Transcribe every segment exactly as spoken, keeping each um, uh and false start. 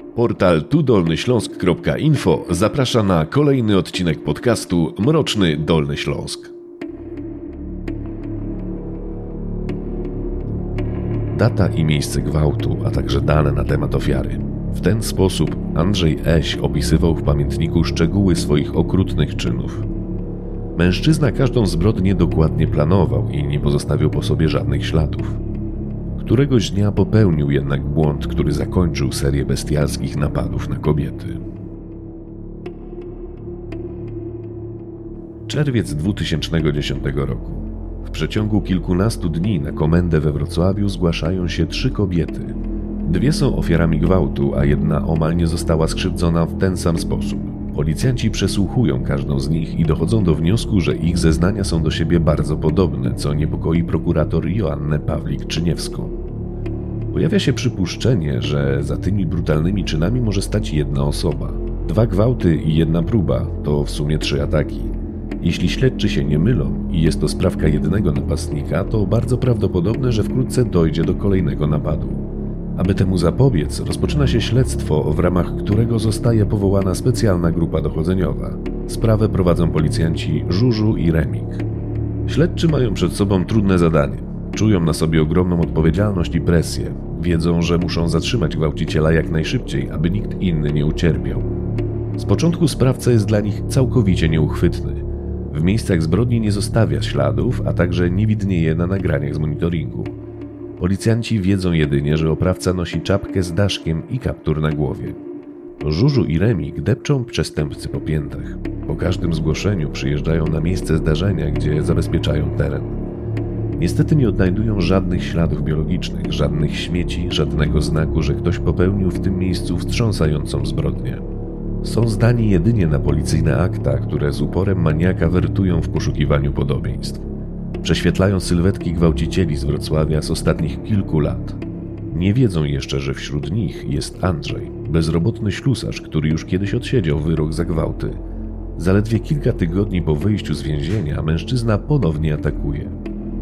Portal tu dolny śląsk kropka info zaprasza na kolejny odcinek podcastu Mroczny Dolny Śląsk. Data i miejsce gwałtu, a także dane na temat ofiary. W ten sposób Andrzej Eś opisywał w pamiętniku szczegóły swoich okrutnych czynów. Mężczyzna każdą zbrodnię dokładnie planował i nie pozostawiał po sobie żadnych śladów. Któregoś dnia popełnił jednak błąd, który zakończył serię bestialskich napadów na kobiety. Czerwiec dwutysięcznego dziesiątego roku. W przeciągu kilkunastu dni na komendę we Wrocławiu zgłaszają się trzy kobiety. Dwie są ofiarami gwałtu, a jedna omal nie została skrzywdzona w ten sam sposób. Policjanci przesłuchują każdą z nich i dochodzą do wniosku, że ich zeznania są do siebie bardzo podobne, co niepokoi prokurator Joannę Pawlik-Czyniewską. Pojawia się przypuszczenie, że za tymi brutalnymi czynami może stać jedna osoba. Dwa gwałty i jedna próba to w sumie trzy ataki. Jeśli śledczy się nie mylą i jest to sprawka jednego napastnika, to bardzo prawdopodobne, że wkrótce dojdzie do kolejnego napadu. Aby temu zapobiec, rozpoczyna się śledztwo, w ramach którego zostaje powołana specjalna grupa dochodzeniowa. Sprawę prowadzą policjanci Żużu i Remik. Śledczy mają przed sobą trudne zadanie. Czują na sobie ogromną odpowiedzialność i presję. Wiedzą, że muszą zatrzymać gwałciciela jak najszybciej, aby nikt inny nie ucierpiał. Z początku sprawca jest dla nich całkowicie nieuchwytny. W miejscach zbrodni nie zostawia śladów, a także nie widnieje na nagraniach z monitoringu. Policjanci wiedzą jedynie, że oprawca nosi czapkę z daszkiem i kaptur na głowie. Żużu i Remik depczą przestępcy po piętach. Po każdym zgłoszeniu przyjeżdżają na miejsce zdarzenia, gdzie zabezpieczają teren. Niestety nie odnajdują żadnych śladów biologicznych, żadnych śmieci, żadnego znaku, że ktoś popełnił w tym miejscu wstrząsającą zbrodnię. Są zdani jedynie na policyjne akta, które z uporem maniaka wertują w poszukiwaniu podobieństw. Prześwietlają sylwetki gwałcicieli z Wrocławia z ostatnich kilku lat. Nie wiedzą jeszcze, że wśród nich jest Andrzej, bezrobotny ślusarz, który już kiedyś odsiedział wyrok za gwałty. Zaledwie kilka tygodni po wyjściu z więzienia mężczyzna ponownie atakuje.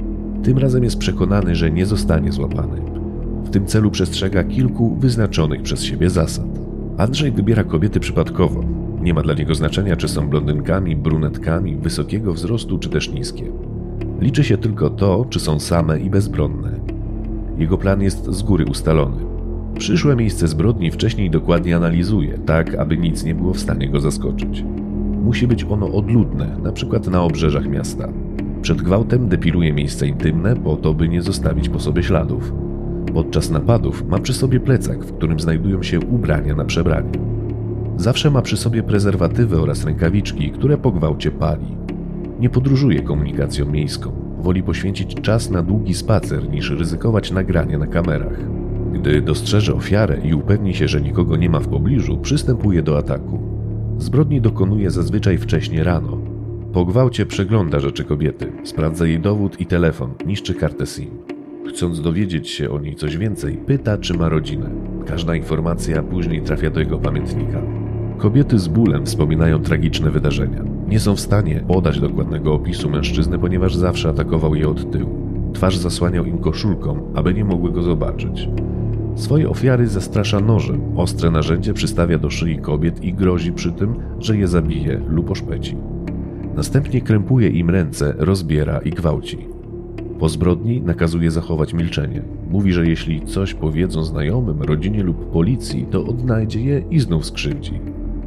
Tym razem jest przekonany, że nie zostanie złapany. W tym celu przestrzega kilku wyznaczonych przez siebie zasad. Andrzej wybiera kobiety przypadkowo. Nie ma dla niego znaczenia, czy są blondynkami, brunetkami, wysokiego wzrostu, czy też niskie. Liczy się tylko to, czy są same i bezbronne. Jego plan jest z góry ustalony. Przyszłe miejsce zbrodni wcześniej dokładnie analizuje, tak aby nic nie było w stanie go zaskoczyć. Musi być ono odludne, na przykład na obrzeżach miasta. Przed gwałtem depiluje miejsca intymne po to, by nie zostawić po sobie śladów. Podczas napadów ma przy sobie plecak, w którym znajdują się ubrania na przebranie. Zawsze ma przy sobie prezerwatywy oraz rękawiczki, które po gwałcie pali. Nie podróżuje komunikacją miejską. Woli poświęcić czas na długi spacer, niż ryzykować nagranie na kamerach. Gdy dostrzeże ofiarę i upewni się, że nikogo nie ma w pobliżu, przystępuje do ataku. Zbrodni dokonuje zazwyczaj wcześnie rano. Po gwałcie przegląda rzeczy kobiety, sprawdza jej dowód i telefon, niszczy kartę SIM. Chcąc dowiedzieć się o niej coś więcej, pyta, czy ma rodzinę. Każda informacja później trafia do jego pamiętnika. Kobiety z bólem wspominają tragiczne wydarzenia. Nie są w stanie podać dokładnego opisu mężczyzny, ponieważ zawsze atakował je od tyłu. Twarz zasłaniał im koszulką, aby nie mogły go zobaczyć. Swoje ofiary zastrasza nożem. Ostre narzędzie przystawia do szyi kobiet i grozi przy tym, że je zabije lub oszpeci. Następnie krępuje im ręce, rozbiera i gwałci. Po zbrodni nakazuje zachować milczenie. Mówi, że jeśli coś powiedzą znajomym, rodzinie lub policji, to odnajdzie je i znów skrzywdzi.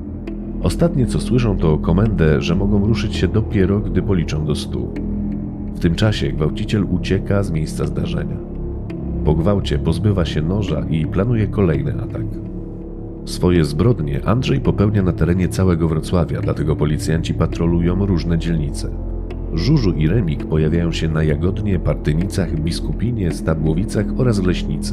Ostatnie co słyszą to komendę, że mogą ruszyć się dopiero, gdy policzą do stu. W tym czasie gwałciciel ucieka z miejsca zdarzenia. Po gwałcie pozbywa się noża i planuje kolejny atak. Swoje zbrodnie Andrzej popełnia na terenie całego Wrocławia, dlatego policjanci patrolują różne dzielnice. Żużu i Remik pojawiają się na Jagodnie, Partynicach, Biskupinie, Stabłowicach oraz w Leśnicy.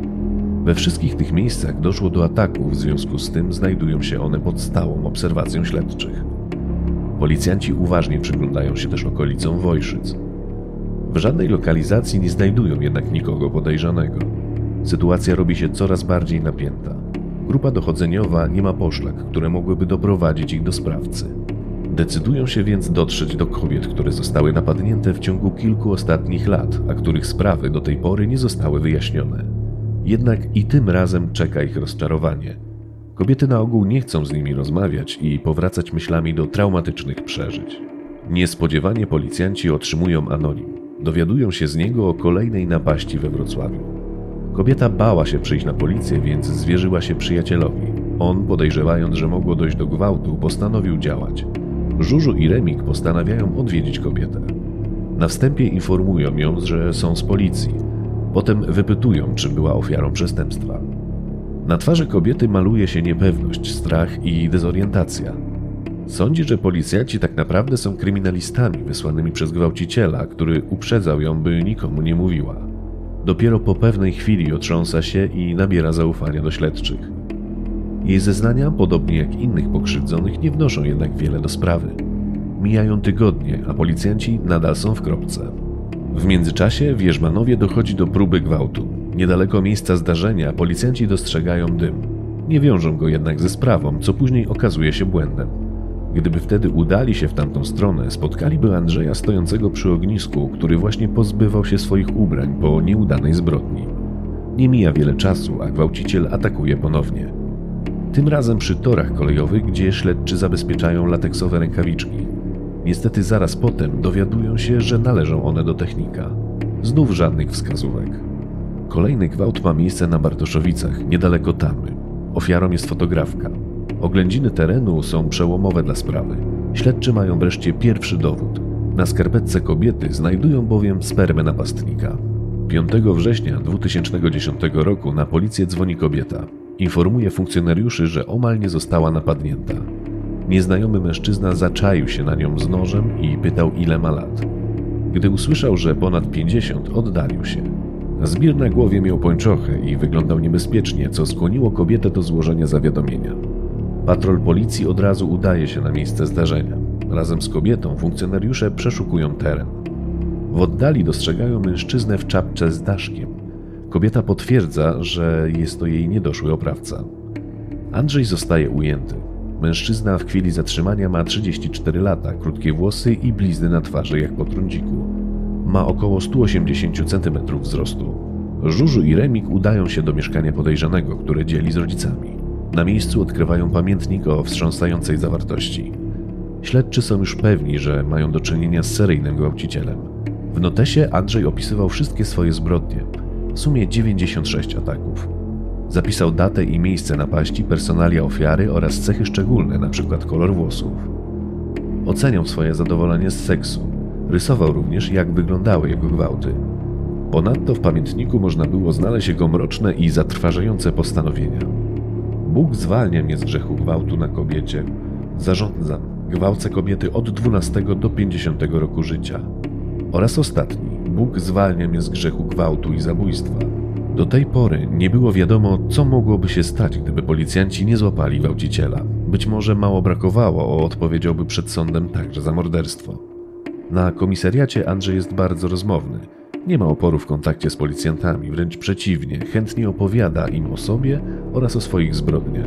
We wszystkich tych miejscach doszło do ataków, w związku z tym znajdują się one pod stałą obserwacją śledczych. Policjanci uważnie przyglądają się też okolicom Wojszyc. W żadnej lokalizacji nie znajdują jednak nikogo podejrzanego. Sytuacja robi się coraz bardziej napięta. Grupa dochodzeniowa nie ma poszlak, które mogłyby doprowadzić ich do sprawcy. Decydują się więc dotrzeć do kobiet, które zostały napadnięte w ciągu kilku ostatnich lat, a których sprawy do tej pory nie zostały wyjaśnione. Jednak i tym razem czeka ich rozczarowanie. Kobiety na ogół nie chcą z nimi rozmawiać i powracać myślami do traumatycznych przeżyć. Niespodziewanie policjanci otrzymują anonim. Dowiadują się z niego o kolejnej napaści we Wrocławiu. Kobieta bała się przyjść na policję, więc zwierzyła się przyjacielowi. On, podejrzewając, że mogło dojść do gwałtu, postanowił działać. Żużu i Remik postanawiają odwiedzić kobietę. Na wstępie informują ją, że są z policji. Potem wypytują, czy była ofiarą przestępstwa. Na twarzy kobiety maluje się niepewność, strach i dezorientacja. Sądzi, że policjanci tak naprawdę są kryminalistami wysłanymi przez gwałciciela, który uprzedzał ją, by nikomu nie mówiła. Dopiero po pewnej chwili otrząsa się i nabiera zaufania do śledczych. Jej zeznania, podobnie jak innych pokrzywdzonych, nie wnoszą jednak wiele do sprawy. Mijają tygodnie, a policjanci nadal są w kropce. W międzyczasie w Jerzmanowie dochodzi do próby gwałtu. Niedaleko miejsca zdarzenia policjanci dostrzegają dym. Nie wiążą go jednak ze sprawą, co później okazuje się błędem. Gdyby wtedy udali się w tamtą stronę, spotkaliby Andrzeja stojącego przy ognisku, który właśnie pozbywał się swoich ubrań po nieudanej zbrodni. Nie mija wiele czasu, a gwałciciel atakuje ponownie. Tym razem przy torach kolejowych, gdzie śledczy zabezpieczają lateksowe rękawiczki. Niestety zaraz potem dowiadują się, że należą one do technika. Znów żadnych wskazówek. Kolejny gwałt ma miejsce na Bartoszowicach, niedaleko Tamy. Ofiarą jest fotografka. Oględziny terenu są przełomowe dla sprawy. Śledczy mają wreszcie pierwszy dowód. Na skarpetce kobiety znajdują bowiem spermę napastnika. piątego września dwa tysiące dziesiątego roku na policję dzwoni kobieta. Informuje funkcjonariuszy, że omal nie została napadnięta. Nieznajomy mężczyzna zaczaił się na nią z nożem i pytał, ile ma lat. Gdy usłyszał, że ponad pięćdziesiąt, oddalił się. Zbir na głowie miał pończochę i wyglądał niebezpiecznie, co skłoniło kobietę do złożenia zawiadomienia. Patrol policji od razu udaje się na miejsce zdarzenia. Razem z kobietą funkcjonariusze przeszukują teren. W oddali dostrzegają mężczyznę w czapce z daszkiem. Kobieta potwierdza, że jest to jej niedoszły oprawca. Andrzej zostaje ujęty. Mężczyzna w chwili zatrzymania ma trzydzieści cztery lata, krótkie włosy i blizny na twarzy jak po trądziku. Ma około sto osiemdziesiąt centymetrów wzrostu. Żużu i Remik udają się do mieszkania podejrzanego, które dzieli z rodzicami. Na miejscu odkrywają pamiętnik o wstrząsającej zawartości. Śledczy są już pewni, że mają do czynienia z seryjnym gwałcicielem. W notesie Andrzej opisywał wszystkie swoje zbrodnie, w sumie dziewięćdziesiąt sześć ataków. Zapisał datę i miejsce napaści, personalia ofiary oraz cechy szczególne, np. kolor włosów. Oceniał swoje zadowolenie z seksu. Rysował również, jak wyglądały jego gwałty. Ponadto w pamiętniku można było znaleźć jego mroczne i zatrważające postanowienia. Bóg zwalnia mnie z grzechu gwałtu na kobiecie. Zarządzam, gwałcę kobiety od dwunastego do pięćdziesiątego roku życia. Oraz ostatni, Bóg zwalnia mnie z grzechu gwałtu i zabójstwa. Do tej pory nie było wiadomo, co mogłoby się stać, gdyby policjanci nie złapali gwałciciela. Być może mało brakowało, o odpowiedziałby przed sądem także za morderstwo. Na komisariacie Andrzej jest bardzo rozmowny. Nie ma oporu w kontakcie z policjantami, wręcz przeciwnie, chętnie opowiada im o sobie oraz o swoich zbrodniach.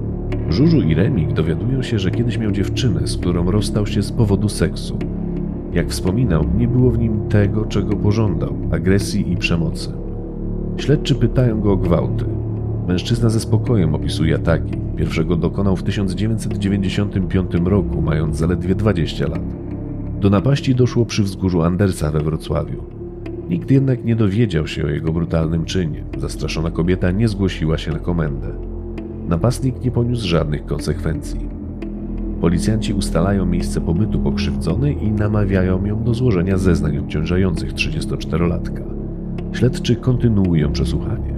Żużu i Remik dowiadują się, że kiedyś miał dziewczynę, z którą rozstał się z powodu seksu. Jak wspominał, nie było w nim tego, czego pożądał, agresji i przemocy. Śledczy pytają go o gwałty. Mężczyzna ze spokojem opisuje ataki. Pierwszego dokonał w tysiąc dziewięćset dziewięćdziesiątym piątym roku, mając zaledwie dwadzieścia lat. Do napaści doszło przy wzgórzu Andersa we Wrocławiu. Nikt jednak nie dowiedział się o jego brutalnym czynie. Zastraszona kobieta nie zgłosiła się na komendę. Napastnik nie poniósł żadnych konsekwencji. Policjanci ustalają miejsce pobytu pokrzywdzonej i namawiają ją do złożenia zeznań obciążających trzydziestoczterolatka. Śledczy kontynuują przesłuchanie.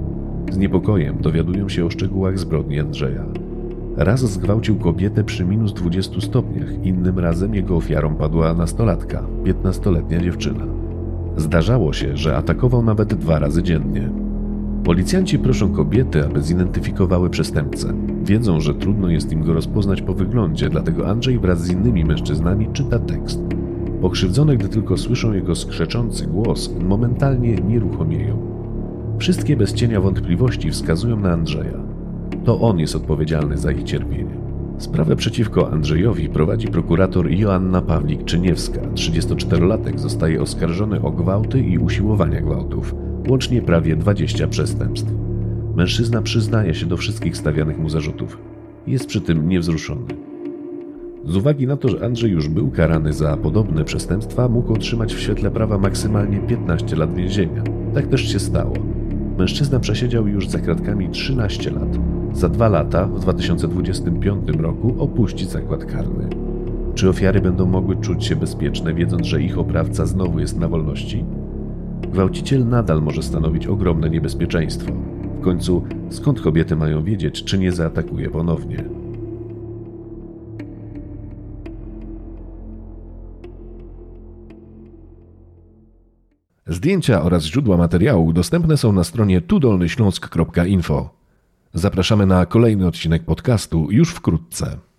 Z niepokojem dowiadują się o szczegółach zbrodni Andrzeja. Raz zgwałcił kobietę przy minus dwudziestu stopniach, innym razem jego ofiarą padła nastolatka, piętnastoletnia dziewczyna. Zdarzało się, że atakował nawet dwa razy dziennie. Policjanci proszą kobiety, aby zidentyfikowały przestępcę. Wiedzą, że trudno jest im go rozpoznać po wyglądzie, dlatego Andrzej wraz z innymi mężczyznami czyta tekst. Pokrzywdzone, gdy tylko słyszą jego skrzeczący głos, momentalnie nieruchomieją. Wszystkie bez cienia wątpliwości wskazują na Andrzeja. To on jest odpowiedzialny za ich cierpienie. Sprawę przeciwko Andrzejowi prowadzi prokurator Joanna Pawlik-Czyniewska. trzydziestoczterolatek zostaje oskarżony o gwałty i usiłowania gwałtów, łącznie prawie dwadzieścia przestępstw. Mężczyzna przyznaje się do wszystkich stawianych mu zarzutów. Jest przy tym niewzruszony. Z uwagi na to, że Andrzej już był karany za podobne przestępstwa, mógł otrzymać w świetle prawa maksymalnie piętnaście lat więzienia. Tak też się stało. Mężczyzna przesiedział już za kratkami trzynaście lat. Za dwa lata, w dwa tysiące dwudziestym piątym roku, opuści zakład karny. Czy ofiary będą mogły czuć się bezpieczne, wiedząc, że ich oprawca znowu jest na wolności? Gwałciciel nadal może stanowić ogromne niebezpieczeństwo. W końcu, skąd kobiety mają wiedzieć, czy nie zaatakuje ponownie? Zdjęcia oraz źródła materiału dostępne są na stronie tu dolny śląsk kropka info. Zapraszamy na kolejny odcinek podcastu już wkrótce.